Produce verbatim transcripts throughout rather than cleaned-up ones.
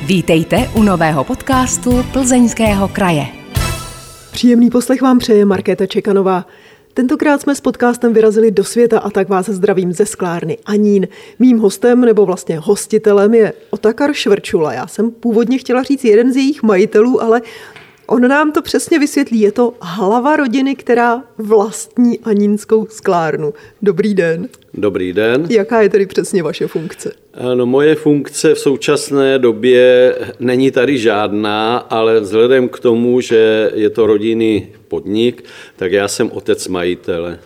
Vítejte u nového podcastu Plzeňského kraje. Příjemný poslech vám přeje Markéta Čekanová. Tentokrát jsme s podcastem vyrazili do světa a tak vás zdravím ze sklárny Anín. Mým hostem, nebo vlastně hostitelem je Otakar Švrčula. Já jsem původně chtěla říct jeden z jejich majitelů, ale on nám to přesně vysvětlí. Je to hlava rodiny, která vlastní anínskou sklárnu. Dobrý den. Dobrý den. Jaká je tedy přesně vaše funkce? No, moje funkce v současné době není tady žádná, ale vzhledem k tomu, že je to rodinný podnik, tak já jsem otec majitele.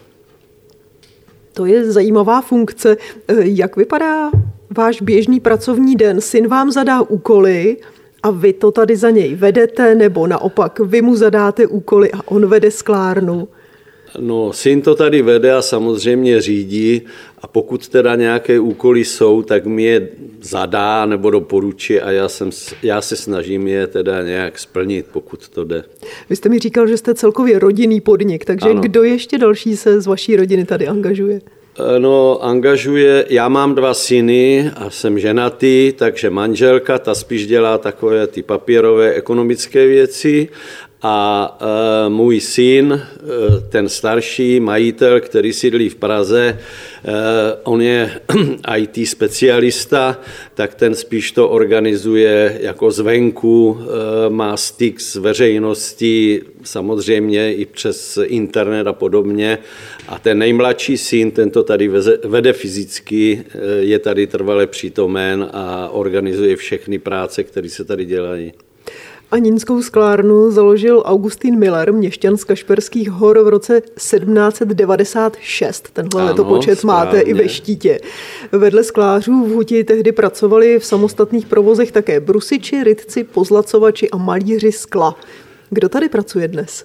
To je zajímavá funkce. Jak vypadá váš běžný pracovní den? Syn vám zadá úkoly a vy to tady za něj vedete, nebo naopak vy mu zadáte úkoly a on vede sklárnu? No, syn to tady vede a samozřejmě řídí a pokud teda nějaké úkoly jsou, tak mi je zadá nebo doporučí a já, jsem, já se snažím je teda nějak splnit, pokud to jde. Vy jste mi říkal, že jste celkově rodinný podnik, takže ano. Kdo ještě další se z vaší rodiny tady angažuje? No, angažuje, já mám dva syny a jsem ženatý, takže manželka, ta spíš dělá takové ty papírové ekonomické věci a e, můj syn, e, ten starší majitel, který sídlí v Praze, e, on je í té specialista, tak ten spíš to organizuje jako zvenku, e, má styk s veřejností, samozřejmě i přes internet a podobně. A ten nejmladší syn, ten to tady veze, vede fyzicky, je tady trvale přítomen a organizuje všechny práce, které se tady dělají. Anínskou sklárnu založil Augustín Miller, měšťan z Kašperských hor v roce sedmnáct set devadesát šest. Tenhle letopočet správně máte i ve štítě. Vedle sklářů v huti tehdy pracovali v samostatných provozech také brusiči, rytci, pozlacovači a malíři skla. Kdo tady pracuje dnes?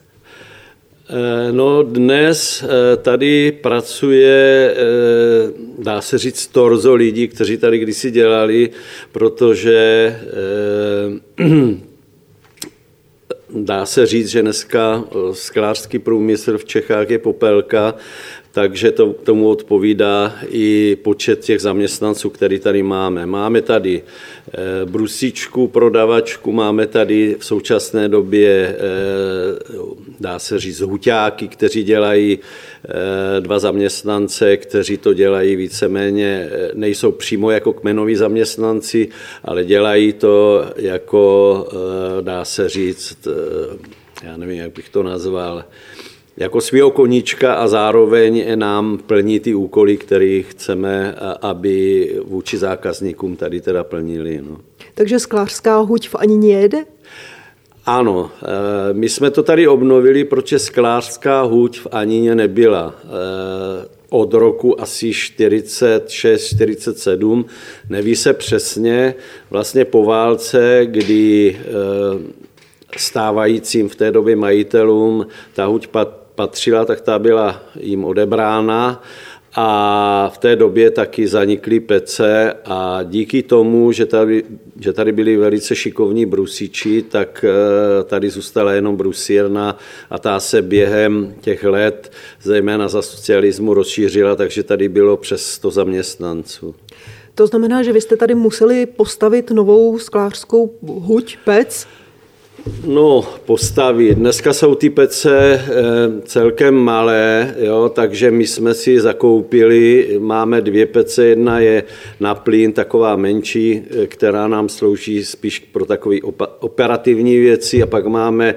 No, dnes tady pracuje, dá se říct, torzo lidí, kteří tady kdysi dělali, protože dá se říct, že dneska sklářský průmysl v Čechách je popelka, takže to, tomu odpovídá i počet těch zaměstnanců, který tady máme. Máme tady brusičku, prodavačku, máme tady v současné době, dá se říct, huťáky, kteří dělají dva zaměstnance, kteří to dělají víceméně, nejsou přímo jako kmenoví zaměstnanci, ale dělají to jako, dá se říct, já nevím, jak bych to nazval, jako svýho koníčka a zároveň nám plní ty úkoly, které chceme, aby vůči zákazníkům tady teda plnili. No. Takže sklářská huť v Aníně jede? Ano, my jsme to tady obnovili, protože sklářská huť v Aníně nebyla. Od roku asi čtyřicet šest čtyřicet sedm, neví se přesně, vlastně po válce, kdy stávajícím v té době majitelům ta huť patřila, tak ta byla jim odebrána a v té době taky zanikly pece a díky tomu, že tady, že tady byli velice šikovní brusiči, tak tady zůstala jenom brusírna a ta se během těch let, zejména za socialismu, rozšířila, takže tady bylo přes sto zaměstnanců. To znamená, že vy jste tady museli postavit novou sklářskou huť, pec? No, postavit. Dneska jsou ty pece celkem malé, jo, takže my jsme si zakoupili, máme dvě pece, jedna je na plyn, taková menší, která nám slouží spíš pro takové operativní věci a pak máme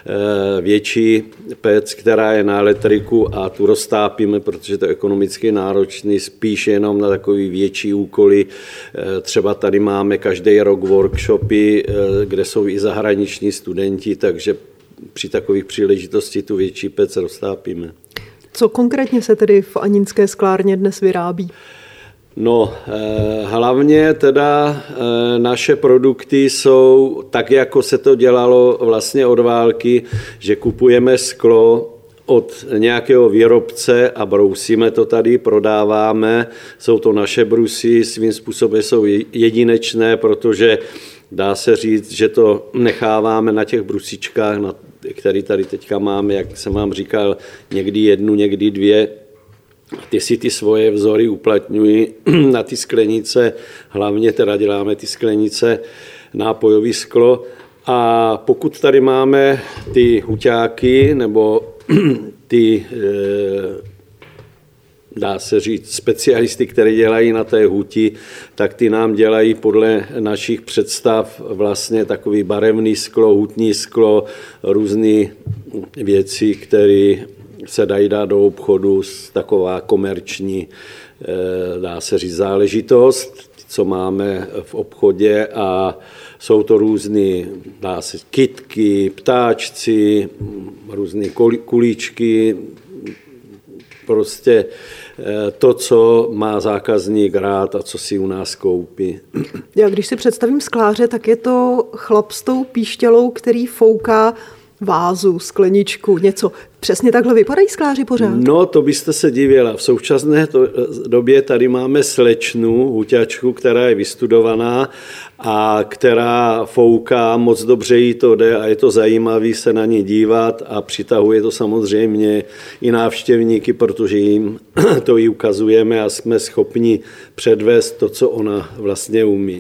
větší pec, která je na elektriku a tu roztápíme, protože to je ekonomicky náročný, spíš jenom na takové větší úkoly. Třeba tady máme každý rok workshopy, kde jsou i zahraniční studenti, takže při takových příležitostí tu větší pec roztápíme. Co konkrétně se tedy v anínské sklárně dnes vyrábí? No, hlavně teda naše produkty jsou tak, jako se to dělalo vlastně od války, že kupujeme sklo od nějakého výrobce a brousíme to tady, prodáváme. Jsou to naše brusy, svým způsobem jsou jedinečné, protože dá se říct, že to necháváme na těch brusičkách, na, které tady teďka máme, jak jsem vám říkal, někdy jednu, někdy dvě. ty si ty svoje vzory uplatňují na ty sklenice, hlavně teda děláme ty sklenice nápojový sklo. A pokud tady máme ty huťáky nebo ty, dá se říct, specialisty, které dělají na té huti, tak ty nám dělají podle našich představ vlastně takový barevný sklo, hutní sklo, různé věci, které se dají dát do obchodu, taková komerční, dá se říct, záležitost, co máme v obchodě, a jsou to různé, dá se, kytky, ptáčci, různé kulíčky, prostě to, co má zákazník rád a co si u nás koupí. Já když si představím skláře, tak je to chlap s tou píšťalou, který fouká vázu, skleničku, něco. Přesně takhle vypadají skláři pořád? No, to byste se divila. V současné době tady máme slečnu, huťačku, která je vystudovaná a která fouká, moc dobře jí to jde a je to zajímavé se na ní dívat a přitahuje to samozřejmě i návštěvníky, protože jim to i ukazujeme a jsme schopni předvést to, co ona vlastně umí.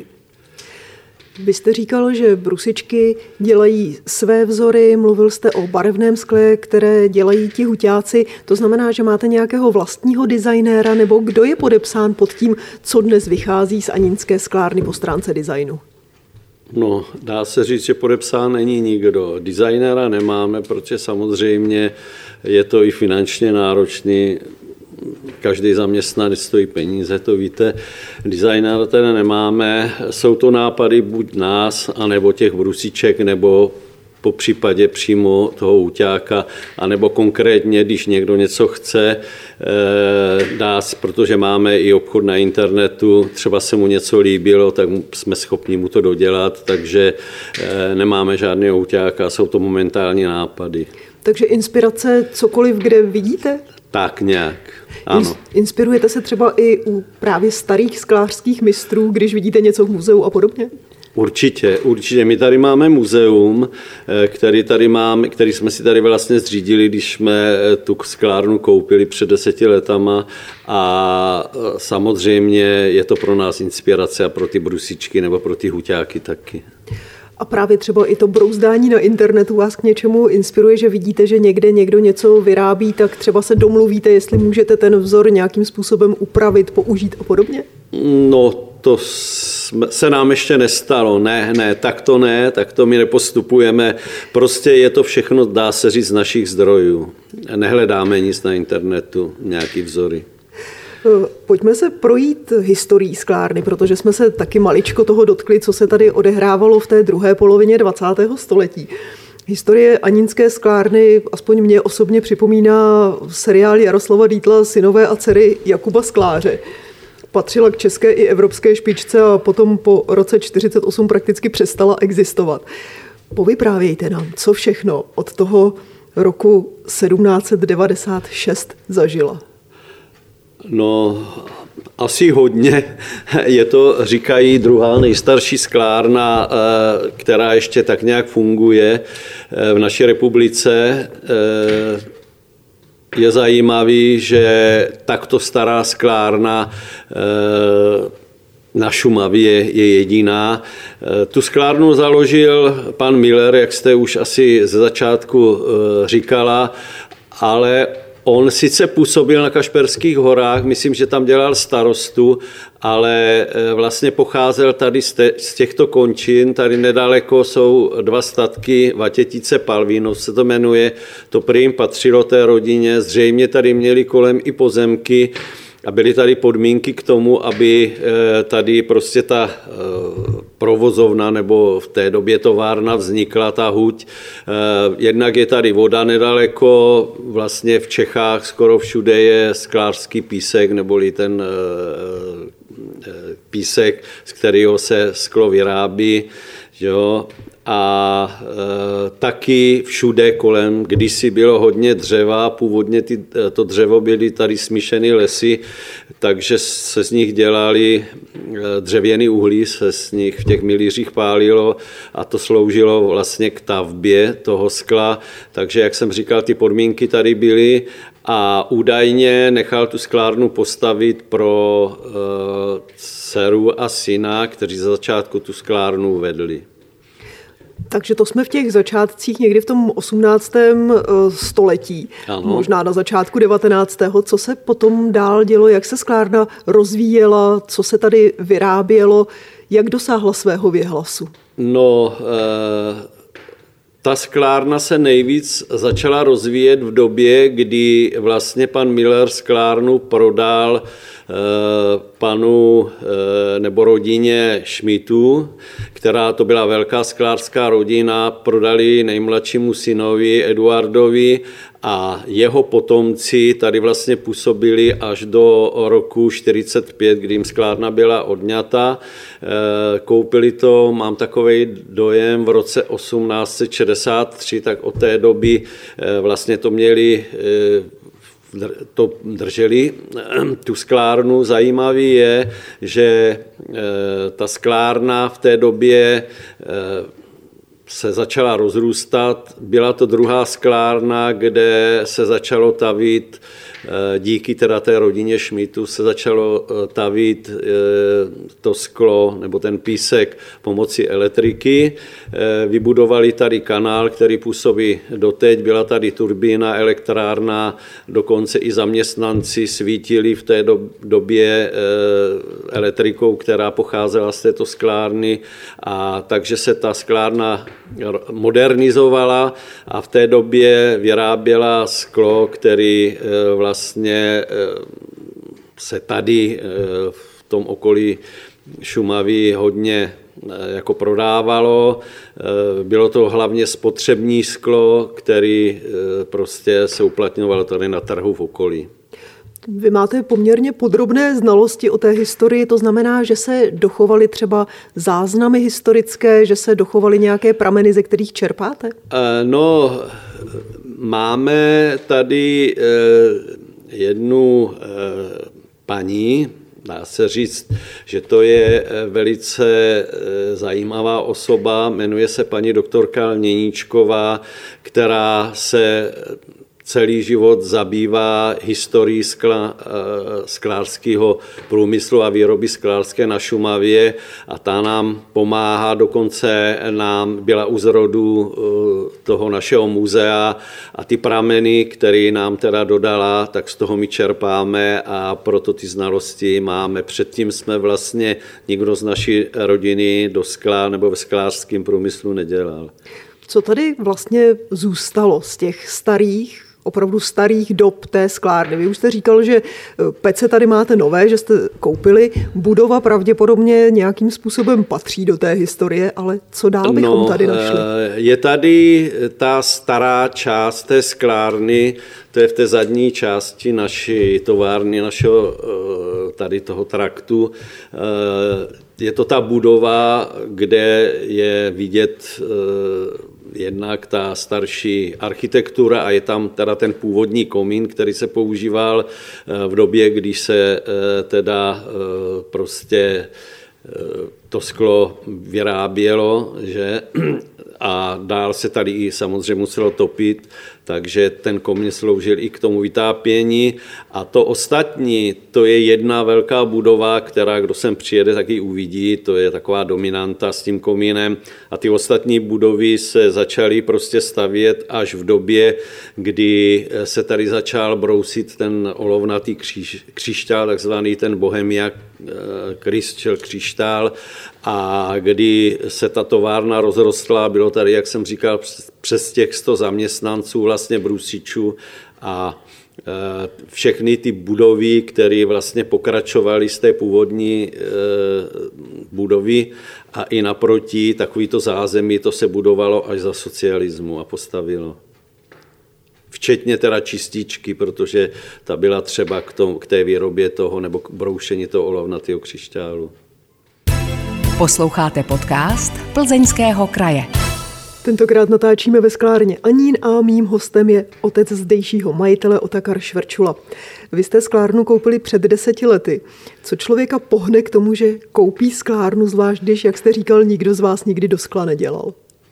Vy jste říkal, že brusičky dělají své vzory, mluvil jste o barevném skle, které dělají ti huťáci. To znamená, že máte nějakého vlastního designéra, nebo kdo je podepsán pod tím, co dnes vychází z Anínské sklárny po stránce designu? No, dá se říct, že podepsán není nikdo. Designéra nemáme, protože samozřejmě je to i finančně náročný. Každý zaměstnanec stojí peníze, to víte. Designéra teda nemáme. Jsou to nápady buď nás, anebo těch brusiček, nebo po případě přímo toho úťáka, anebo konkrétně, když někdo něco chce, dá, protože máme i obchod na internetu, třeba se mu něco líbilo, tak jsme schopni mu to dodělat, takže nemáme žádného úťáka, jsou to momentální nápady. Takže inspirace cokoliv, kde vidíte? Tak nějak, ano. Inspirujete se třeba i u právě starých sklářských mistrů, když vidíte něco v muzeu a podobně? Určitě, určitě. My tady máme muzeum, který, tady máme, který jsme si tady vlastně zřídili, když jsme tu sklárnu koupili před deseti letama, a samozřejmě je to pro nás inspirace a pro ty brusičky nebo pro ty huťáky taky. A právě třeba i to brouzdání na internetu vás k něčemu inspiruje, že vidíte, že někde někdo něco vyrábí, tak třeba se domluvíte, jestli můžete ten vzor nějakým způsobem upravit, použít a podobně? No, to se nám ještě nestalo. Ne, ne, tak to ne, tak to my nepostupujeme. Prostě je to všechno, dá se říct, z našich zdrojů. Nehledáme nic na internetu, nějaký vzory. Pojďme se projít historií sklárny, protože jsme se taky maličko toho dotkli, co se tady odehrávalo v té druhé polovině dvacátého století. Historie Anínské sklárny, aspoň mě osobně připomíná seriál Jaroslava Dietla Synové a dcery Jakuba Skláře. Patřila k české i evropské špičce a potom po roce čtyřicet osm prakticky přestala existovat. Povyprávějte nám, co všechno od toho roku sedmnáct set devadesát šest zažila. No, asi hodně. Je to, říkají, druhá nejstarší sklárna, která ještě tak nějak funguje v naší republice. Je zajímavý, že takto stará sklárna na Šumavě je jediná. Tu sklárnu založil pan Miller, jak jste už asi ze začátku říkala, ale on sice působil na Kašperských horách, myslím, že tam dělal starostu, ale vlastně pocházel tady z těchto končin. Tady nedaleko jsou dva statky, Vatětice Palvínov se to jmenuje, to prý jim patřilo té rodině, zřejmě tady měli kolem i pozemky a byly tady podmínky k tomu, aby tady prostě ta provozovna nebo v té době továrna vznikla, ta huť. Jednak je tady voda nedaleko, vlastně v Čechách skoro všude je sklářský písek, neboli ten písek, z kterého se sklo vyrábí. Jo. a e, taky všude kolem, kdysi bylo hodně dřeva, původně ty, to dřevo byly tady smíšené lesy, takže se z nich dělali dřevěný uhlí, se z nich v těch milířích pálilo a to sloužilo vlastně k tavbě toho skla, takže jak jsem říkal, ty podmínky tady byly a údajně nechal tu sklárnu postavit pro e, dceru a syna, kteří za začátku tu sklárnu vedli. Takže to jsme v těch začátcích někdy v tom osmnáctém století, ano. Možná na začátku devatenáctého Co se potom dál dělo, jak se sklárna rozvíjela, co se tady vyrábělo, jak dosáhla svého věhlasu? No, e, ta sklárna se nejvíc začala rozvíjet v době, kdy vlastně pan Miller sklárnu prodal panu nebo rodině Schmidtů, která to byla velká sklářská rodina, prodali nejmladšímu synovi Eduardovi a jeho potomci tady vlastně působili až do roku čtyřicet pět, kdy jim sklárna byla odňata. Koupili to, mám takový dojem, v roce osmnáct set šedesát tři, tak od té doby vlastně to měli to drželi, tu sklárnu. Zajímavý je, že ta sklárna v té době se začala rozrůstat. Byla to druhá sklárna, kde se začalo tavit, díky teda té rodině Schmidtů se začalo tavit to sklo nebo ten písek pomocí elektriky. Vybudovali tady kanál, který působí doteď. Byla tady turbína, elektrárna, dokonce i zaměstnanci svítili v té době elektrikou, která pocházela z této sklárny. A takže se ta sklárna modernizovala a v té době vyráběla sklo, který vlastně se tady v tom okolí Šumavy hodně jako prodávalo. Bylo to hlavně spotřební sklo, který prostě se uplatňovalo tady na trhu v okolí. Vy máte poměrně podrobné znalosti o té historii, to znamená, že se dochovaly třeba záznamy historické, že se dochovaly nějaké prameny, ze kterých čerpáte? No, máme tady jednu paní, dá se říct, že to je velice zajímavá osoba, jmenuje se paní doktorka Měníčková, která se celý život zabývá historií skla, sklářského průmyslu a výroby sklářské na Šumavě a ta nám pomáhá, dokonce nám byla u zrodu toho našeho muzea a ty prameny, které nám teda dodala, tak z toho my čerpáme a proto ty znalosti máme. Předtím jsme vlastně nikdo z naší rodiny do skla nebo ve sklářském průmyslu nedělal. Co tady vlastně zůstalo z těch starých opravdu starých dob té sklárny. Vy už jste říkal, že pece tady máte nové, že jste koupili. Budova pravděpodobně nějakým způsobem patří do té historie, ale co dál bychom no, tady našli? Je tady ta stará část té sklárny, to je v té zadní části naší továrny, našeho tady toho traktu. Je to ta budova, kde je vidět jednak ta starší architektura a je tam teda ten původní komín, který se používal v době, když se teda prostě to sklo vyrábělo, že? A dál se tady i samozřejmě muselo topit, takže ten komín sloužil i k tomu vytápění. A to ostatní, to je jedna velká budova, která, kdo sem přijede, tak ji uvidí, to je taková dominanta s tím komínem. A ty ostatní budovy se začaly prostě stavět až v době, kdy se tady začal brousit ten olovnatý kříž, křišťál, takzvaný ten Bohemia Crystal křišťál, a kdy se ta továrna rozrostla, bylo tady, jak jsem říkal, přes těch sto zaměstnanců, vlastně brusičů a všechny ty budovy, které vlastně pokračovaly z té původní budovy a i naproti takovýto zázemí, to se budovalo až za socialismu a postavilo. Včetně teda čističky, protože ta byla třeba k, tomu, k té výrobě toho nebo k broušení toho olovnatého křišťálu. Posloucháte podcast Plzeňského kraje. Tentokrát natáčíme ve sklárně Anín a mým hostem je otec zdejšího majitele Otakar Švrčula. Vy jste sklárnu koupili před deseti lety. Co člověka pohne k tomu, že koupí sklárnu, zvlášť když, jak jste říkal, nikdo z vás nikdy do skla nedělal?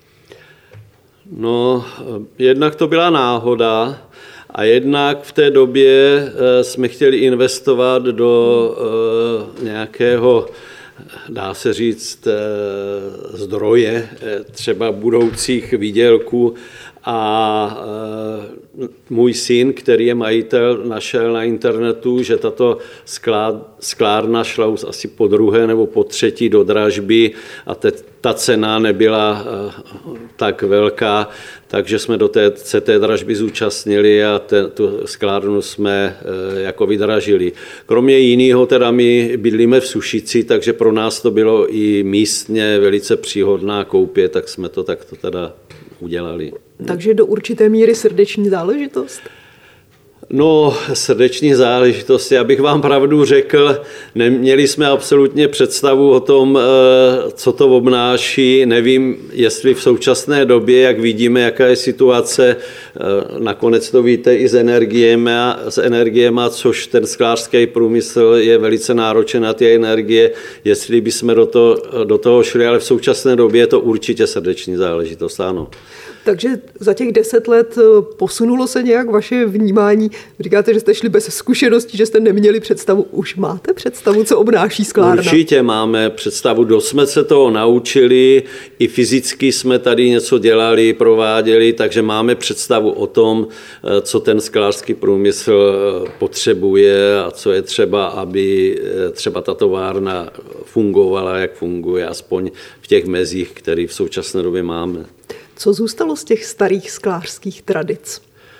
No, jednak to byla náhoda a jednak v té době jsme chtěli investovat do nějakého, dá se říct, zdroje třeba budoucích výdělků a můj syn, který je majitel, našel na internetu, že tato sklárna šla už asi po druhé nebo po třetí do dražby a te, ta cena nebyla tak velká, takže jsme do té, se té dražby zúčastnili a te, tu sklárnu jsme jako vydražili. Kromě jiného teda my bydlíme v Sušici, takže pro nás to bylo i místně velice příhodná koupě, tak jsme to takto teda udělali. Takže do určité míry srdeční záležitost? No, srdeční záležitost, já bych vám pravdu řekl, neměli jsme absolutně představu o tom, co to obnáší. Nevím, jestli v současné době, jak vidíme, jaká je situace, nakonec to víte i s energiemi, s energiemi, což ten sklářský průmysl je velice náročný na ty energie, jestli bychom do toho, do toho šli, ale v současné době je to určitě srdeční záležitost, ano. Takže za těch deset let posunulo se nějak vaše vnímání? Říkáte, že jste šli bez zkušeností, že jste neměli představu. Už máte představu, co obnáší sklárna? Určitě máme představu. Dost jsme se toho naučili, i fyzicky jsme tady něco dělali, prováděli, takže máme představu o tom, co ten sklářský průmysl potřebuje a co je třeba, aby třeba ta továrna fungovala, jak funguje, aspoň v těch mezích, které v současné době máme. Co zůstalo z těch starých sklářských tradic?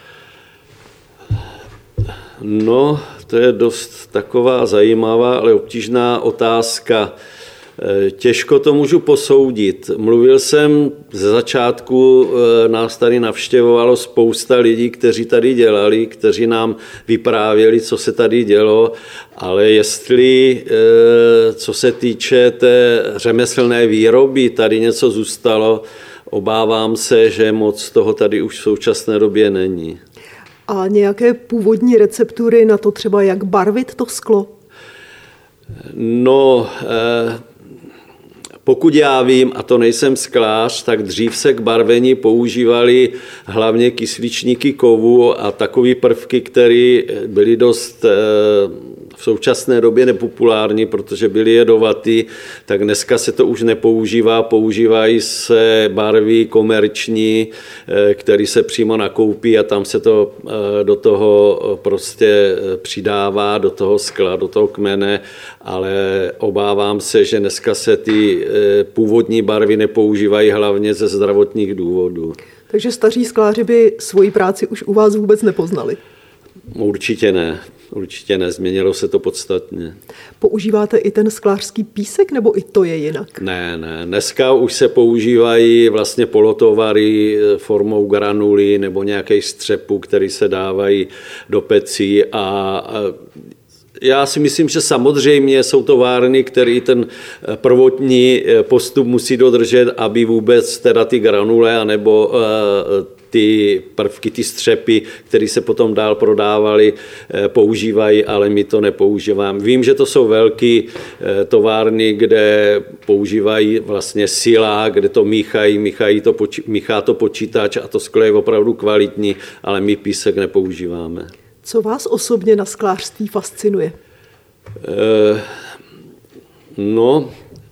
No, to je dost taková zajímavá, ale obtížná otázka. Těžko to můžu posoudit. Mluvil jsem ze začátku, nás tady navštěvovalo spousta lidí, kteří tady dělali, kteří nám vyprávěli, co se tady dělo, ale jestli, co se týče té řemeslné výroby, tady něco zůstalo, obávám se, že moc toho tady už v současné době není. A nějaké původní receptury na to třeba, jak barvit to sklo? No, eh, pokud já vím, a to nejsem sklář, tak dřív se k barvení používali hlavně kysličníky kovu a takové prvky, které byly dost eh, v současné době nepopulární, protože byly jedovatý, tak dneska se to už nepoužívá, používají se barvy komerční, které se přímo nakoupí a tam se to do toho prostě přidává, do toho skla, do toho kmene, ale obávám se, že dneska se ty původní barvy nepoužívají hlavně ze zdravotních důvodů. Takže staří skláři by svoji práci už u vás vůbec nepoznali? Určitě ne. Určitě nezměnilo se to podstatně. Používáte i ten sklářský písek, nebo i to je jinak? Ne, ne. Dneska už se používají vlastně polotovary formou granuly nebo nějaké střepu, které se dávají do pecí a já si myslím, že samozřejmě jsou továrny, které ten prvotní postup musí dodržet, aby vůbec teda ty granule anebo ty prvky, ty střepy, které se potom dál prodávaly, používají, ale my to nepoužíváme. Vím, že to jsou velké továrny, kde používají vlastně silák, kde to míchají, míchají to, míchá to počítač a to sklo je opravdu kvalitní, ale my písek nepoužíváme. Co vás osobně na sklářství fascinuje? E, no,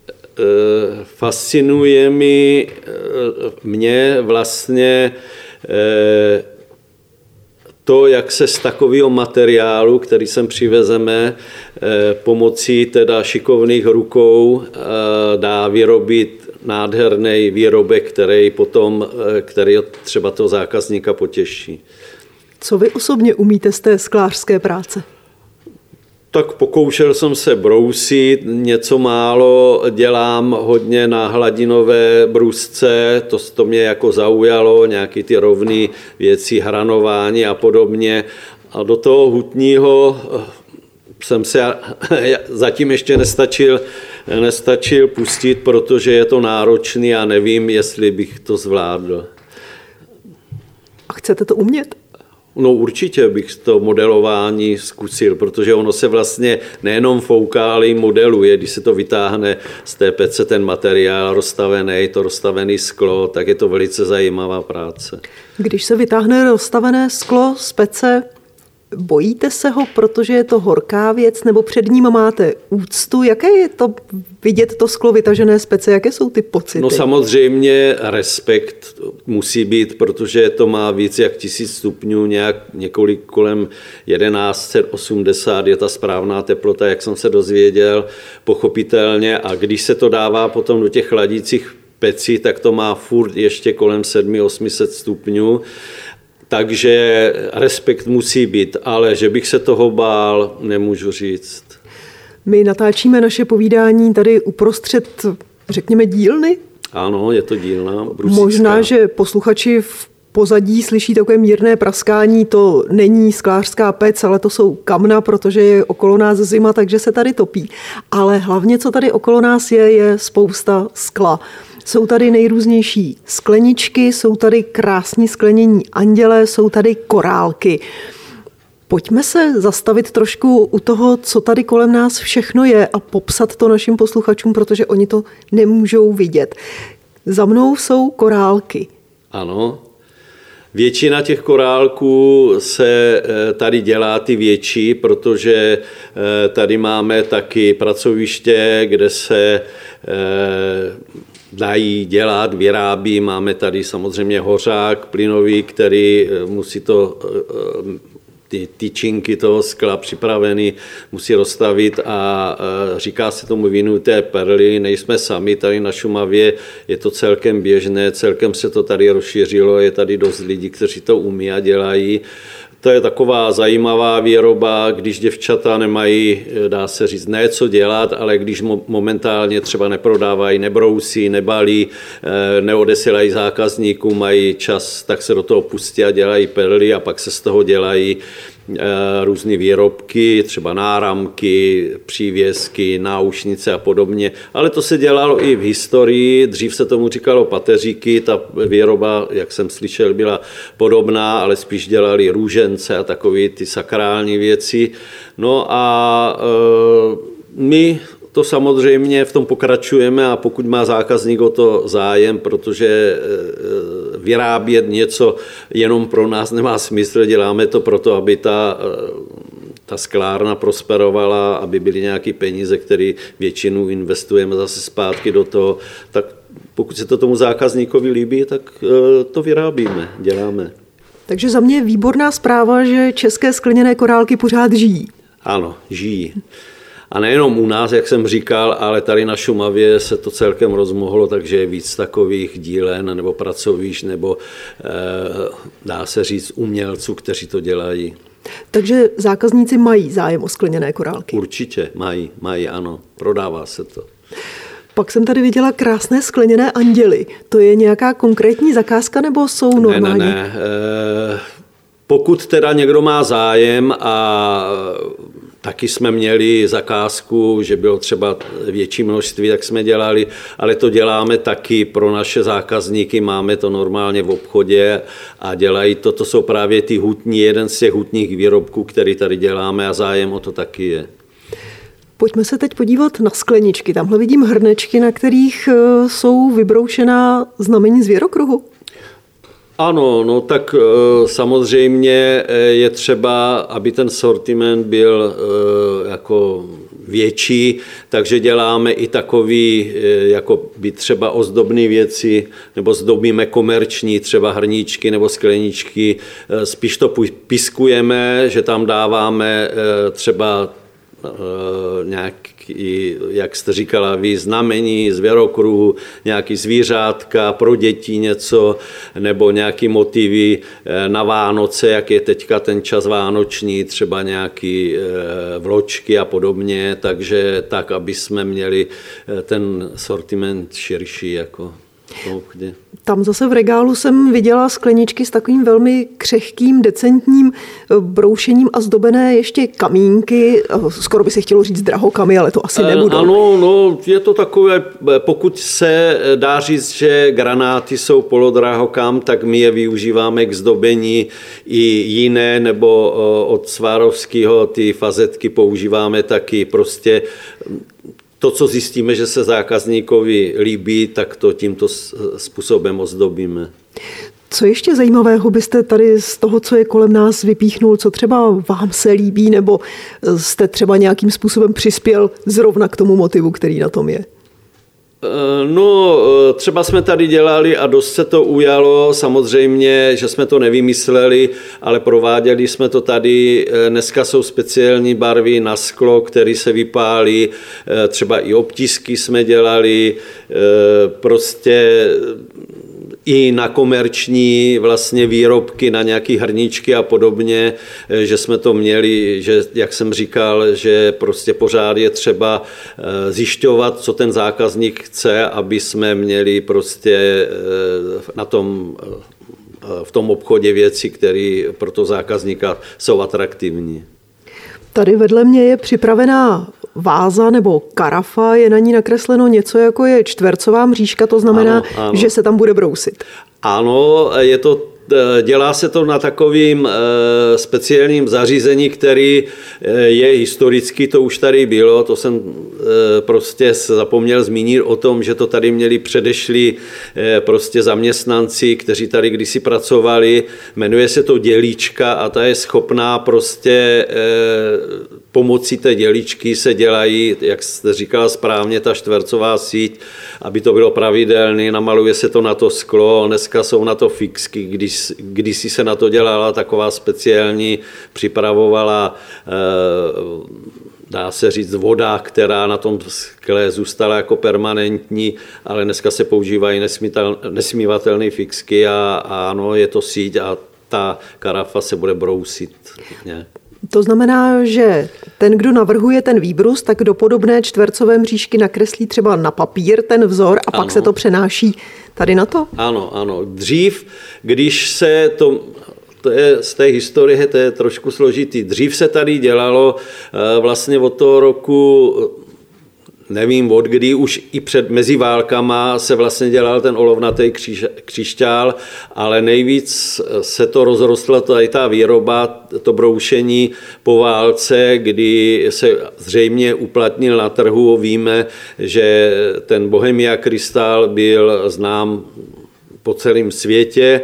e, fascinuje mi, e, mě vlastně e, to, jak se z takového materiálu, který sem přivezeme, e, pomocí teda šikovných rukou e, dá vyrobit nádherný výrobek, který potom, e, který třeba toho zákazníka potěší. Co vy osobně umíte z té sklářské práce? Tak pokoušel jsem se brousit, něco málo dělám hodně na hladinové brusce, to, to mě jako zaujalo, nějaké ty rovné věci, hranování a podobně. A do toho hutního jsem se zatím ještě nestačil nestačil pustit, protože je to náročný a nevím, jestli bych to zvládl. A chcete to umět? No určitě bych to modelování zkusil, protože ono se vlastně nejenom fouká, ale i modeluje. Když se to vytáhne z té pece ten materiál rozstavený, to rozstavené sklo, tak je to velice zajímavá práce. Když se vytáhne rozstavené sklo z pece, bojíte se ho, protože je to horká věc, nebo před ním máte úctu? Jaké je to vidět to sklo vytažené z pece? Jaké jsou ty pocity? No samozřejmě respekt musí být, protože to má víc jak tisíc stupňů, nějak několik kolem jedenáct set osmdesát je ta správná teplota, jak jsem se dozvěděl, pochopitelně. A když se to dává potom do těch chladících pecí, tak to má furt ještě kolem sedm až osm set stupňů. Takže respekt musí být, ale že bych se toho bál, nemůžu říct. My natáčíme naše povídání tady uprostřed, řekněme, dílny? Ano, je to dílna brusická. Možná, že posluchači v pozadí slyší takové mírné praskání, to není sklářská pec, ale to jsou kamna, protože je okolo nás zima, takže se tady topí. Ale hlavně, co tady okolo nás je, je spousta skla. Jsou tady nejrůznější skleničky, jsou tady krásní sklenění anděle, jsou tady korálky. Pojďme se zastavit trošku u toho, co tady kolem nás všechno je a popsat to našim posluchačům, protože oni to nemůžou vidět. Za mnou jsou korálky. Ano. Většina těch korálků se tady dělá ty větší, protože tady máme taky pracoviště, kde se dají dělat, vyrábí. Máme tady samozřejmě hořák plynový, který musí to, ty tyčinky toho skla připravený, musí rozstavit a říká se tomu vinuté perly. Nejsme sami tady na Šumavě, je to celkem běžné, celkem se to tady rozšířilo, je tady dost lidí, kteří to umí a dělají. To je taková zajímavá výroba, když děvčata nemají, dá se říct, ne co dělat, ale když momentálně třeba neprodávají, nebrousí, nebalí, neodesílají zákazníkům, mají čas, tak se do toho pustí a dělají perly a pak se z toho dělají různé výrobky, třeba náramky, přívěsky, náušnice a podobně. Ale to se dělalo i v historii, dřív se tomu říkalo pateříky, ta výroba, jak jsem slyšel, byla podobná, ale spíš dělali růžence a takové ty sakrální věci. No a e, my to samozřejmě v tom pokračujeme a pokud má zákazník o to zájem, protože vyrábět něco jenom pro nás nemá smysl, děláme to proto, aby ta, ta sklárna prosperovala, aby byly nějaké peníze, které většinu investujeme zase zpátky do toho, tak pokud se to tomu zákazníkovi líbí, tak to vyrábíme, děláme. Takže za mě je výborná zpráva, že české skleněné korálky pořád žijí. Ano, žijí. A nejenom u nás, jak jsem říkal, ale tady na Šumavě se to celkem rozmohlo, takže je víc takových dílen nebo pracovišť, nebo dá se říct umělců, kteří to dělají. Takže zákazníci mají zájem o skleněné korálky? Určitě mají, mají, ano. Prodává se to. Pak jsem tady viděla krásné skleněné anděly. To je nějaká konkrétní zakázka nebo jsou normální? Ne, ne, ne. Pokud teda někdo má zájem a taky jsme měli zakázku, že bylo třeba větší množství, tak jsme dělali, ale to děláme taky pro naše zákazníky, máme to normálně v obchodě a dělají to, to jsou právě ty hutní, jeden z těch hutních výrobků, který tady děláme a zájem o to taky je. Pojďme se teď podívat na skleničky. Tamhle vidím hrnečky, na kterých jsou vybroušená znamení zvěrokruhu. Ano, no tak samozřejmě je třeba, aby ten sortiment byl jako větší, takže děláme i takový, jako by třeba ozdobné věci, nebo zdobíme komerční, třeba hrníčky nebo skleničky. Spíš to piskujeme, že tam dáváme třeba nějaký, jak jste říkala vy, znamení zvěrokruhu, nějaký zvířátka pro děti něco, nebo nějaký motivy na Vánoce, jak je teďka ten čas vánoční, třeba nějaký vločky a podobně, takže tak, aby jsme měli ten sortiment širší. Jako. Tam zase v regálu jsem viděla skleničky s takovým velmi křehkým, decentním broušením a zdobené ještě kamínky. Skoro by se chtělo říct drahokamy, ale to asi nebudou. Ano, no, je to takové, pokud se dá říct, že granáty jsou polodrahokam, tak my je využíváme k zdobení i jiné, nebo od Swarovského ty fazetky používáme taky prostě. To, co zjistíme, že se zákazníkovi líbí, tak to tímto způsobem ozdobíme. Co ještě zajímavého byste tady z toho, co je kolem nás, vypíchnul, co třeba vám se líbí, nebo jste třeba nějakým způsobem přispěl zrovna k tomu motivu, který na tom je? No, třeba jsme tady dělali a dost se to ujalo, samozřejmě, že jsme to nevymysleli, ale prováděli jsme to tady. Dneska jsou speciální barvy na sklo, které se vypálí, třeba i obtisky jsme dělali, prostě i na komerční vlastně výrobky, na nějaké hrníčky a podobně, že jsme to měli, že, jak jsem říkal, že prostě pořád je třeba zjišťovat, co ten zákazník chce, aby jsme měli prostě na tom, v tom obchodě věci, které pro to zákazníka jsou atraktivní. Tady vedle mě je připravená váza nebo karafa, je na ní nakresleno něco, jako je čtvercová mřížka, to znamená, ano, ano. že se tam bude brousit. Ano, je to, dělá se to na takovým speciálním zařízení, který je historicky, to už tady bylo, to jsem prostě zapomněl zmínit o tom, že to tady měli předešli prostě zaměstnanci, kteří tady kdysi pracovali, jmenuje se to dělíčka a ta je schopná prostě pomocí té děličky se dělají, jak jste říkala správně, ta čtvercová síť, aby to bylo pravidelné, namaluje se to na to sklo, dneska jsou na to fixky, když, kdysi se na to dělala taková speciální, připravovala, dá se říct, voda, která na tom skle zůstala jako permanentní, ale dneska se používají nesmívatelné fixky a, a ano, je to síť a ta karafa se bude brousit. Ne? To znamená, že ten, kdo navrhuje ten výbrus, tak do podobné čtvercové mřížky nakreslí třeba na papír ten vzor a ano. pak se to přenáší tady na to? Ano, ano. Dřív, když se to... To je z té historie, to je trošku složitý. Dřív se tady dělalo vlastně od toho roku, nevím od kdy, už i před mezi válkama se vlastně dělal ten olovnatý kříž, křišťál, ale nejvíc se to rozrostla tady ta výroba, to broušení po válce, kdy se zřejmě uplatnil na trhu. Víme, že ten Bohemia krystal byl znám po celém světě,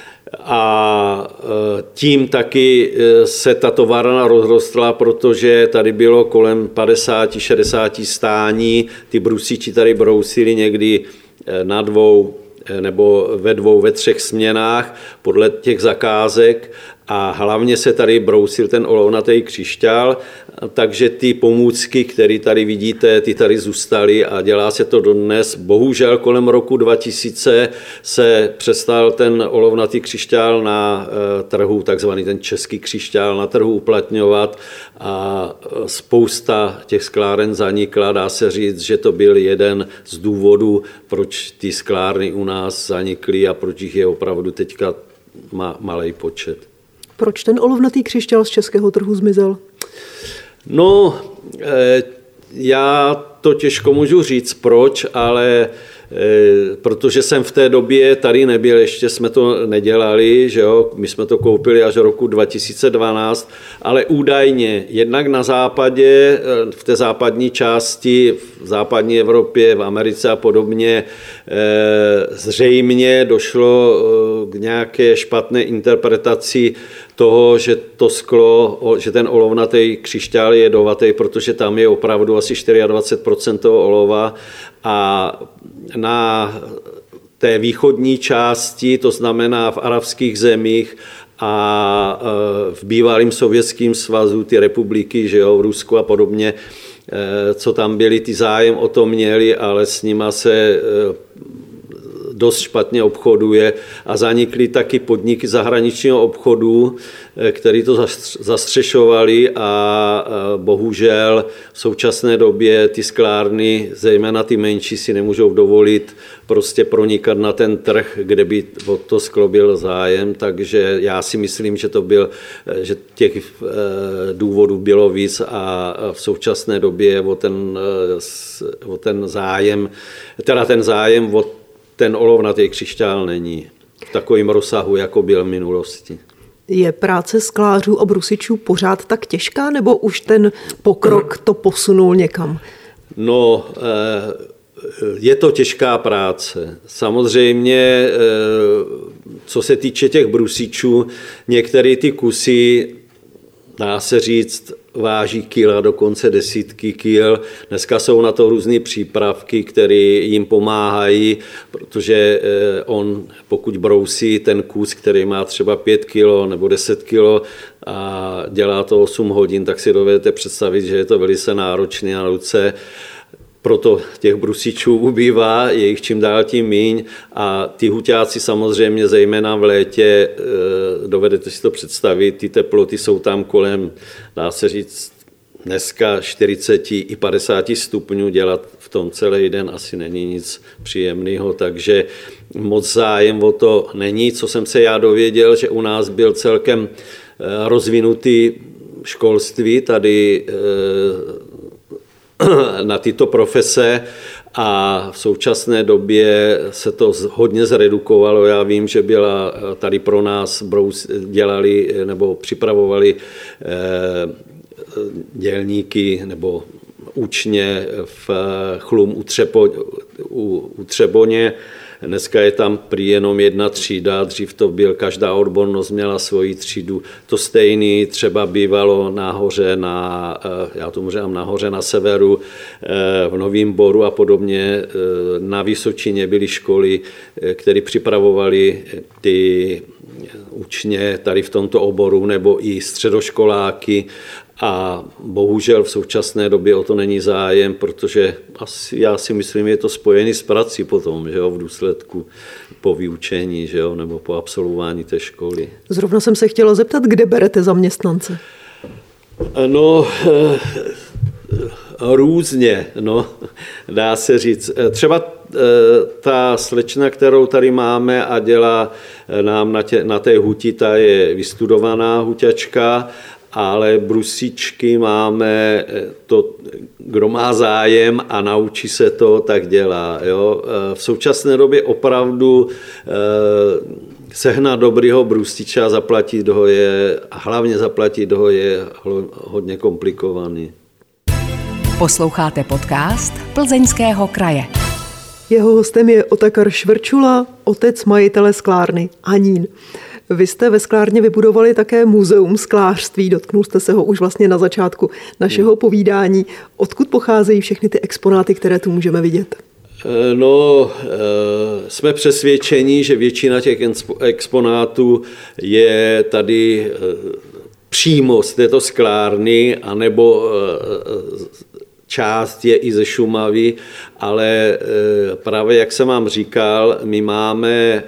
a tím taky se ta továrna rozrostla, protože tady bylo kolem padesát šedesát stání, ty brusíči tady brousili někdy na dvou nebo ve dvou, ve třech směnách podle těch zakázek a hlavně se tady brousil ten olovnatý křišťál, takže ty pomůcky, které tady vidíte, ty tady zůstaly a dělá se to dodnes. Bohužel kolem roku dva tisíce se přestal ten olovnatý křišťál na trhu, takzvaný ten český křišťál na trhu uplatňovat a spousta těch skláren zanikla. Dá se říct, že to byl jeden z důvodů, proč ty sklárny u nás zanikly a proč jich je opravdu teďka malý počet. Proč ten olovnatý křišťál z českého trhu zmizel? No, já to těžko můžu říct, proč, ale protože jsem v té době tady nebyl, ještě jsme to nedělali, že jo? My jsme to koupili až roku dva tisíce dvanáct, ale údajně jednak na západě, v té západní části, v západní Evropě, v Americe a podobně, zřejmě došlo k nějaké špatné interpretaci toho, že to sklo, že ten olovnatý křišťál je jedovatý, protože tam je opravdu asi dvacet čtyři procent toho olova a na té východní části, to znamená v arabských zemích a v bývalém Sovětském svazu, ty republiky, že jo, v Rusku a podobně, co tam byli, ty zájem o to měli, ale s nima se dost špatně obchoduje a zanikly taky podniky zahraničního obchodu, který to zastřešovali a bohužel v současné době ty sklárny, zejména ty menší, si nemůžou dovolit prostě pronikat na ten trh, kde by o to sklo byl zájem, takže já si myslím, že to byl, že těch důvodů bylo víc a v současné době o ten, o ten zájem, teda ten zájem o ten olovnatý křišťál není v takovém rozsahu, jako byl v minulosti. Je práce sklářů a brusičů pořád tak těžká, nebo už ten pokrok to posunul někam? No, je to těžká práce. Samozřejmě, co se týče těch brusičů, některé ty kusy, dá se říct, váží kila, dokonce desítky kil. Dneska jsou na to různé přípravky, které jim pomáhají, protože on, pokud brousí ten kus, který má třeba pět kilo nebo deset kilo a dělá to osm hodin, tak si dovedete představit, že je to velice náročné na ruce. Proto těch brusičů ubývá, je jich čím dál tím míň a ty huťáci samozřejmě zejména v létě, dovedete si to představit, ty teploty jsou tam kolem, dá se říct, dneska čtyřicet i padesát stupňů, dělat v tom celý den asi není nic příjemného, takže moc zájem o to není. Co jsem se já dověděl, že u nás byl celkem rozvinutý školství tady na tyto profese a v současné době se to hodně zredukovalo. Já vím, že byla tady pro nás brous, dělali nebo připravovali dělníky nebo učně v Chlum u, Třepo, u, u Třeboně. Dneska je tam prý jenom jedna třída, dřív to byl, každá odbornost měla svoji třídu. To stejný třeba bývalo nahoře na, já tomu říkám nahoře na severu, v Novým Boru a podobně. Na Vysočině byly školy, které připravovaly ty učně tady v tomto oboru nebo i středoškoláky. A bohužel v současné době o to není zájem, protože asi, já si myslím, je to spojený s prací potom, že jo, v důsledku po vyučení, že jo, nebo po absolvování té školy. Zrovna jsem se chtěla zeptat, kde berete zaměstnance? No, různě, no, dá se říct. Třeba ta slečna, kterou tady máme a dělá nám na, tě, na té huti, ta je vystudovaná huťačka, ale brusičky máme, to, kdo má zájem a naučí se to, tak dělá. Jo. V současné době opravdu sehnat dobrýho brusiča a zaplatit ho je, a hlavně zaplatit ho je hodně komplikovaný. Posloucháte podcast Plzeňského kraje. Jeho hostem je Otakar Švrčula, otec majitele sklárny Anín. Vy jste ve sklárně vybudovali také muzeum sklářství, dotknul jste se ho už vlastně na začátku našeho povídání. Odkud pocházejí všechny ty exponáty, které tu můžeme vidět? No, jsme přesvědčeni, že většina těch exponátů je tady přímo z této sklárny, anebo část je i ze Šumavy, ale právě jak jsem vám říkal, my máme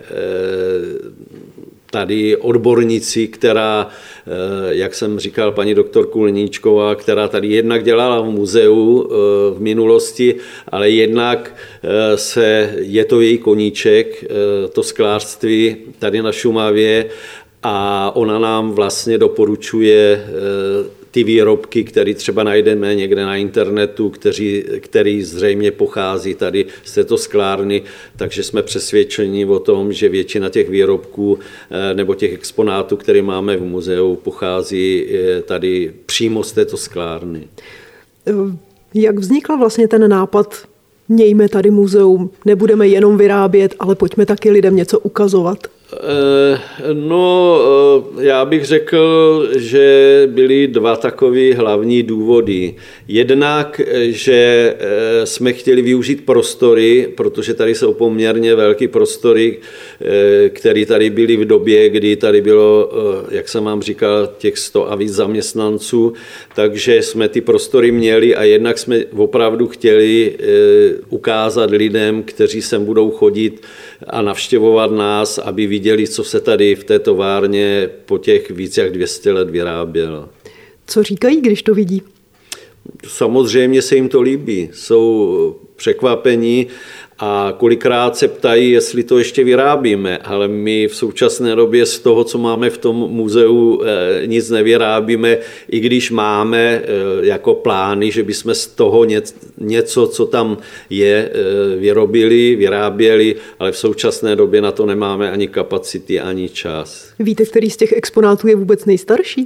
tady odbornici, která, jak jsem říkal, paní doktorku Leníčková, která tady jednak dělala v muzeu v minulosti, ale jednak se, je to její koníček, to sklářství tady na Šumavě a ona nám vlastně doporučuje ty výrobky, které třeba najdeme někde na internetu, kteří, který zřejmě pochází tady z této sklárny, takže jsme přesvědčeni o tom, že většina těch výrobků nebo těch exponátů, které máme v muzeu, pochází tady přímo z této sklárny. Jak vznikl vlastně ten nápad, mějme tady muzeum, nebudeme jenom vyrábět, ale pojďme taky lidem něco ukazovat? No, já bych řekl, že byly dva takové hlavní důvody. Jednak, že jsme chtěli využít prostory, protože tady jsou poměrně velké prostory, které tady byly v době, kdy tady bylo, jak jsem vám říkal, těch sto a víc zaměstnanců, takže jsme ty prostory měli a jednak jsme opravdu chtěli ukázat lidem, kteří sem budou chodit a navštěvovat nás, aby viděli, co se tady v té továrně po těch víc jak dvě stě let vyrábělo. Co říkají, když to vidí? Samozřejmě se jim to líbí. Jsou překvapení a kolikrát se ptají, jestli to ještě vyrábíme, ale my v současné době z toho, co máme v tom muzeu, nic nevyrábíme, i když máme jako plány, že bychom z toho něco, co tam je, vyrobili, vyráběli, ale v současné době na to nemáme ani kapacity, ani čas. Víte, který z těch exponátů je vůbec nejstarší?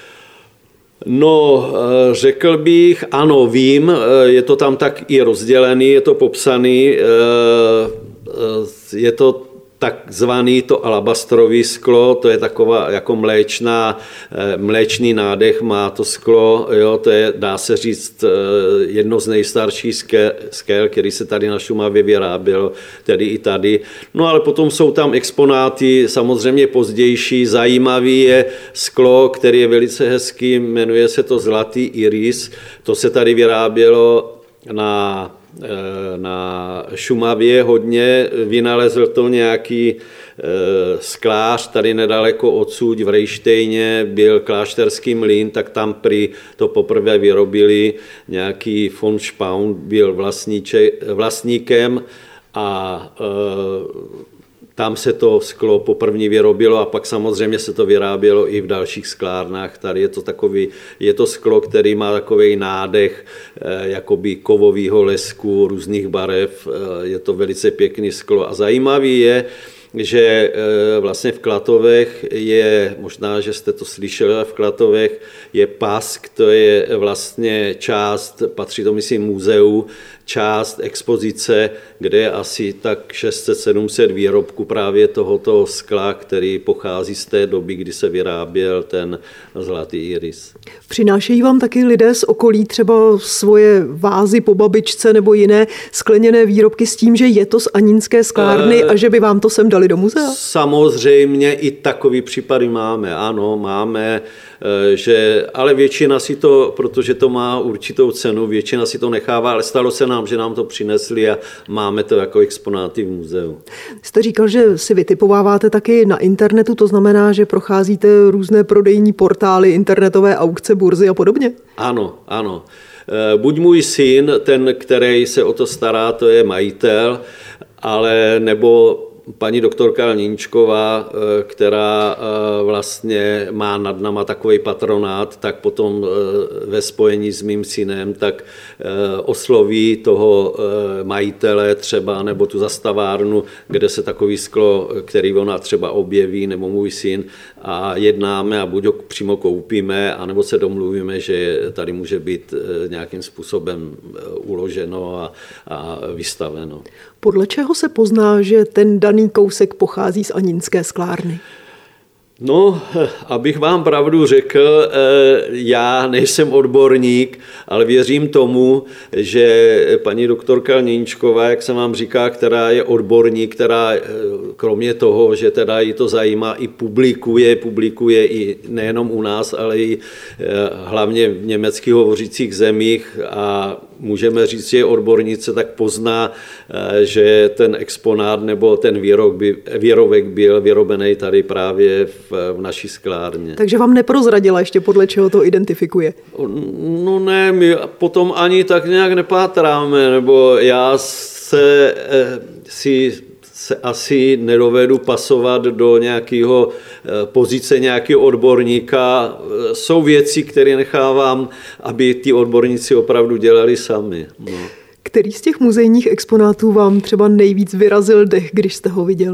No, řekl bych, ano, vím, je to tam tak i rozdělený, je to popsaný, je to takzvaný to alabastrový sklo, to je taková jako mléčná, mléčný nádech má to sklo, jo, to je, dá se říct, jedno z nejstarších skel, který se tady na Šumavě vyrábělo, tedy i tady. No ale potom jsou tam exponáty samozřejmě pozdější, zajímavý je sklo, který je velice hezký, jmenuje se to Zlatý iris, to se tady vyrábělo na na Šumavě hodně, vynalezl to nějaký sklář tady nedaleko odsud v Rejštejně, byl klášterský mlýn, tak tam prý to poprvé vyrobili, nějaký von Spaun byl vlastníkem a tam se to sklo poprvé vyrobilo a pak samozřejmě se to vyrábělo i v dalších sklárnách. Tady je to takový, je to sklo, který má takový nádech jakoby kovového lesku, různých barev. Je to velice pěkný sklo a zajímavý je, že vlastně v Klatovech je, možná, že jste to slyšeli, v Klatovech je Pask, to je vlastně část, patří to myslím muzeu, část expozice, kde je asi tak šest set sedm set výrobků právě tohoto skla, který pochází z té doby, kdy se vyráběl ten zlatý iris. Přinášejí vám taky lidé z okolí třeba svoje vázy po babičce nebo jiné skleněné výrobky s tím, že je to z anínské sklárny a že by vám to sem dali do muzea? Samozřejmě i takový případy máme, ano, máme, že, ale většina si to, protože to má určitou cenu, většina si to nechává, ale stalo se nám, že nám to přinesli a máme to jako exponáty v muzeu. Jste říkal, že si vytipováváte taky na internetu, to znamená, že procházíte různé prodejní portály, internetové aukce, burzy a podobně? Ano, ano. Buď můj syn, ten, který se o to stará, to je majitel, ale nebo paní doktorka Níčková, která vlastně má nad náma takový patronát, tak potom ve spojení s mým synem, tak osloví toho majitele třeba, nebo tu zastavárnu, kde se takový sklo, který ona třeba objeví, nebo můj syn, a jednáme a buď ho přímo koupíme, anebo se domluvíme, že tady může být nějakým způsobem uloženo a, a vystaveno. Podle čeho se pozná, že ten daný kousek pochází z anínské sklárny? No, abych vám pravdu řekl, já nejsem odborník, ale věřím tomu, že paní doktorka Níčková, jak jsem vám říká, která je odborník, která kromě toho, že teda jí to zajímá, i publikuje, publikuje i nejenom u nás, ale i hlavně v německy hovořících zemích a můžeme říct, že je odbornice, tak pozná, že ten exponát nebo ten výrok by, výrobek byl vyrobený tady právě v, v naší sklárně. Takže vám neprozradila ještě, podle čeho to identifikuje? No ne, my potom ani tak nějak nepátráme, nebo já se si se asi nedovedu pasovat do nějakého pozice nějakého odborníka. Jsou věci, které nechávám, aby ty odborníci opravdu dělali sami. No. Který z těch muzejních exponátů vám třeba nejvíc vyrazil dech, když jste ho viděl?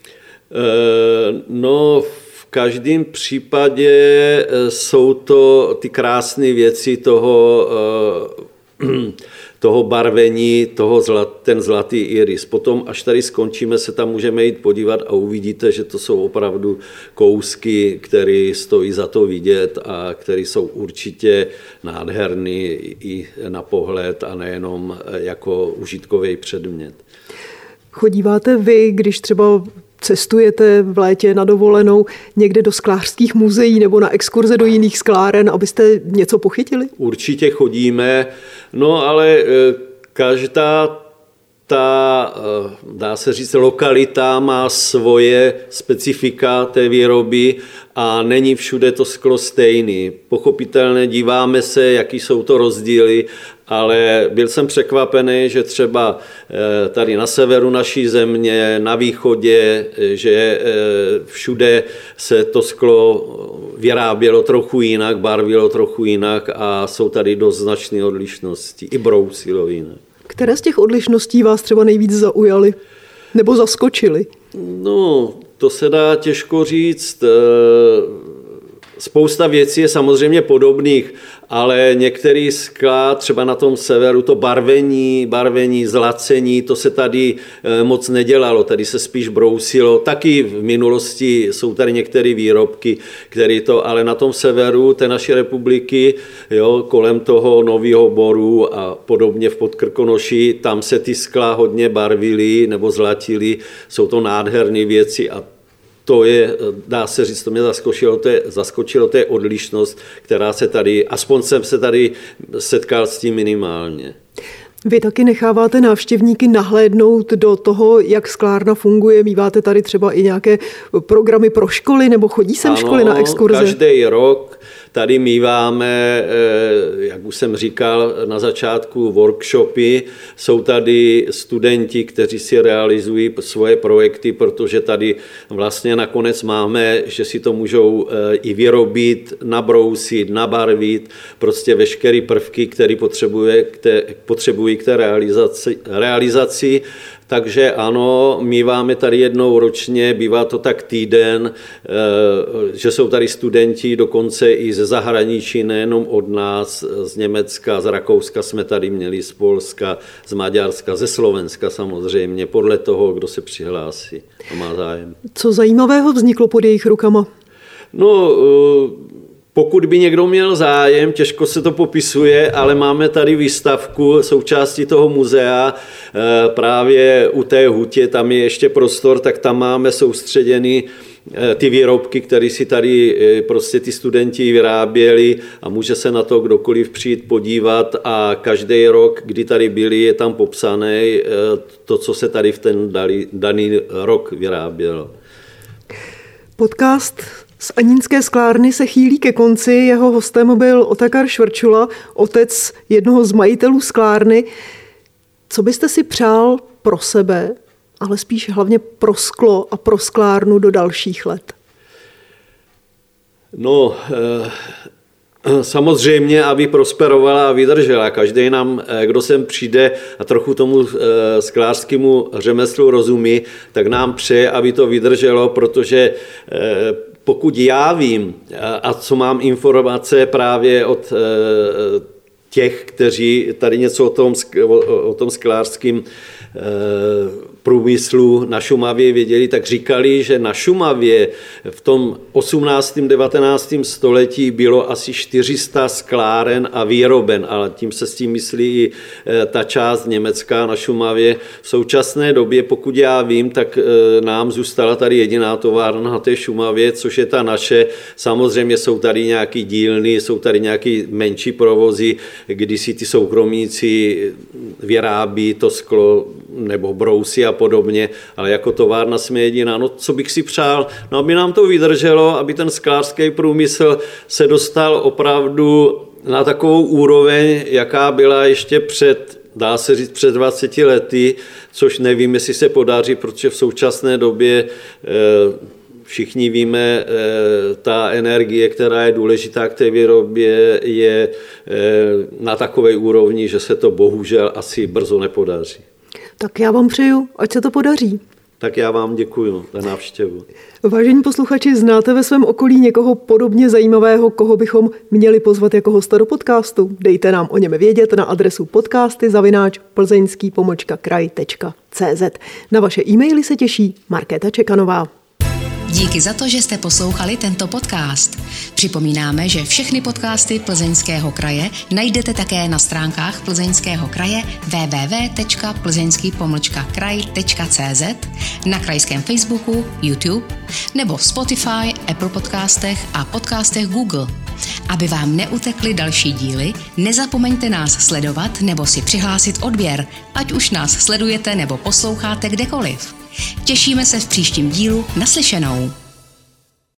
No, v každém případě jsou to ty krásné věci toho toho barvení, toho zlat, ten zlatý iris. Potom, až tady skončíme, se tam můžeme jít podívat a uvidíte, že to jsou opravdu kousky, které stojí za to vidět a které jsou určitě nádherný i na pohled a nejenom jako užitkový předmět. Chodíváte vy, když třeba cestujete v létě na dovolenou někde do sklářských muzeí nebo na exkurze do jiných skláren, abyste něco pochytili? Určitě chodíme, no ale každá ta, dá se říct, lokalita má svoje specifika té výroby a není všude to sklo stejný. Pochopitelně díváme se, jaký jsou to rozdíly, ale byl jsem překvapený, že třeba tady na severu naší země, na východě, že všude se to sklo vyrábělo trochu jinak, barvilo trochu jinak a jsou tady dost značné odlišnosti, i brousilo jinak. Které z těch odlišností vás třeba nejvíc zaujaly nebo zaskočily? No, to se dá těžko říct. Spousta věcí je samozřejmě podobných, ale některý skla, třeba na tom severu, to barvení, barvení, zlacení, to se tady moc nedělalo, tady se spíš brousilo. Taky v minulosti jsou tady některé výrobky, které to, ale na tom severu té naší republiky, jo, kolem toho Nového Boru a podobně v Podkrkonoší, tam se ty skla hodně barvily nebo zlatily, jsou to nádherné věci a to je, dá se říct, to mě zaskočilo, to je, zaskočilo, to je odlišnost, která se tady, aspoň jsem se tady setkal s tím minimálně. Vy taky necháváte návštěvníky nahlédnout do toho, jak sklárna funguje? Míváte tady třeba i nějaké programy pro školy, nebo chodí sem ano, školy na exkurze? Každý rok tady míváme, jak už jsem říkal na začátku, workshopy. Jsou tady studenti, kteří si realizují svoje projekty, protože tady vlastně nakonec máme, že si to můžou i vyrobit, nabrousit, nabarvit, prostě veškeré prvky, které potřebuje, které potřebují k té realizaci, realizaci. Takže ano, míváme tady jednou ročně, bývá to tak týden, že jsou tady studenti dokonce i ze zahraničí, nejenom od nás, z Německa, z Rakouska jsme tady měli, z Polska, z Maďarska, ze Slovenska samozřejmě, podle toho, kdo se přihlásí a má zájem. Co zajímavého vzniklo pod jejich rukama? No, pokud by někdo měl zájem, těžko se to popisuje, ale máme tady výstavku součástí toho muzea právě u té hutě, tam je ještě prostor, tak tam máme soustředěny ty výrobky, které si tady prostě ty studenti vyráběli a může se na to kdokoliv přijít podívat a každý rok, kdy tady byli, je tam popsané to, co se tady v ten daný rok vyrábělo. Podcast z Anínské sklárny se chýlí ke konci. Jeho hostem byl Otakar Švrčula, otec jednoho z majitelů sklárny. Co byste si přál pro sebe, ale spíš hlavně pro sklo a pro sklárnu do dalších let? No, samozřejmě, aby prosperovala a vydržela. Každý nám, kdo sem přijde a trochu tomu sklářskému řemeslu rozumí, tak nám přeje, aby to vydrželo, protože pokud já vím, a co mám informace právě od těch, kteří tady něco o tom, o tom sklářském průmyslu na Šumavě věděli, tak říkali, že na Šumavě v tom osmnáctém devatenáctém století bylo asi čtyři sta skláren a výroben, ale tím se s tím myslí i ta část německá na Šumavě. V současné době, pokud já vím, tak nám zůstala tady jediná továrna na té Šumavě, což je ta naše. Samozřejmě jsou tady nějaký dílny, jsou tady nějaký menší provozy, kdy si ty soukromníci vyrábí to sklo nebo brousy a podobně, ale jako továrna jsme jediná. No, co bych si přál? No, aby nám to vydrželo, aby ten sklářský průmysl se dostal opravdu na takovou úroveň, jaká byla ještě před, dá se říct, před dvaceti lety, což nevím, jestli se podaří, protože v současné době všichni víme, ta energie, která je důležitá k té výrobě, je na takové úrovni, že se to bohužel asi brzo nepodaří. Tak já vám přeju, ať se to podaří. Tak já vám děkuji za návštěvu. Vážení posluchači, znáte ve svém okolí někoho podobně zajímavého, koho bychom měli pozvat jako hosta do podcastu? Dejte nám o něm vědět na adresu podcasty zavináč plzeňský pomlčka kraj tečka cé zet. Na vaše e-maily se těší Markéta Čekanová. Díky za to, že jste poslouchali tento podcast. Připomínáme, že všechny podcasty Plzeňského kraje najdete také na stránkách Plzeňského kraje w w w tečka plzeňský pomlčka kraj tečka cé zet, na krajském Facebooku, YouTube nebo v Spotify, Apple podcastech a podcastech Google. Aby vám neutekly další díly, nezapomeňte nás sledovat nebo si přihlásit odběr, ať už nás sledujete nebo posloucháte kdekoliv. Těšíme se v příštím dílu. Naslyšenou.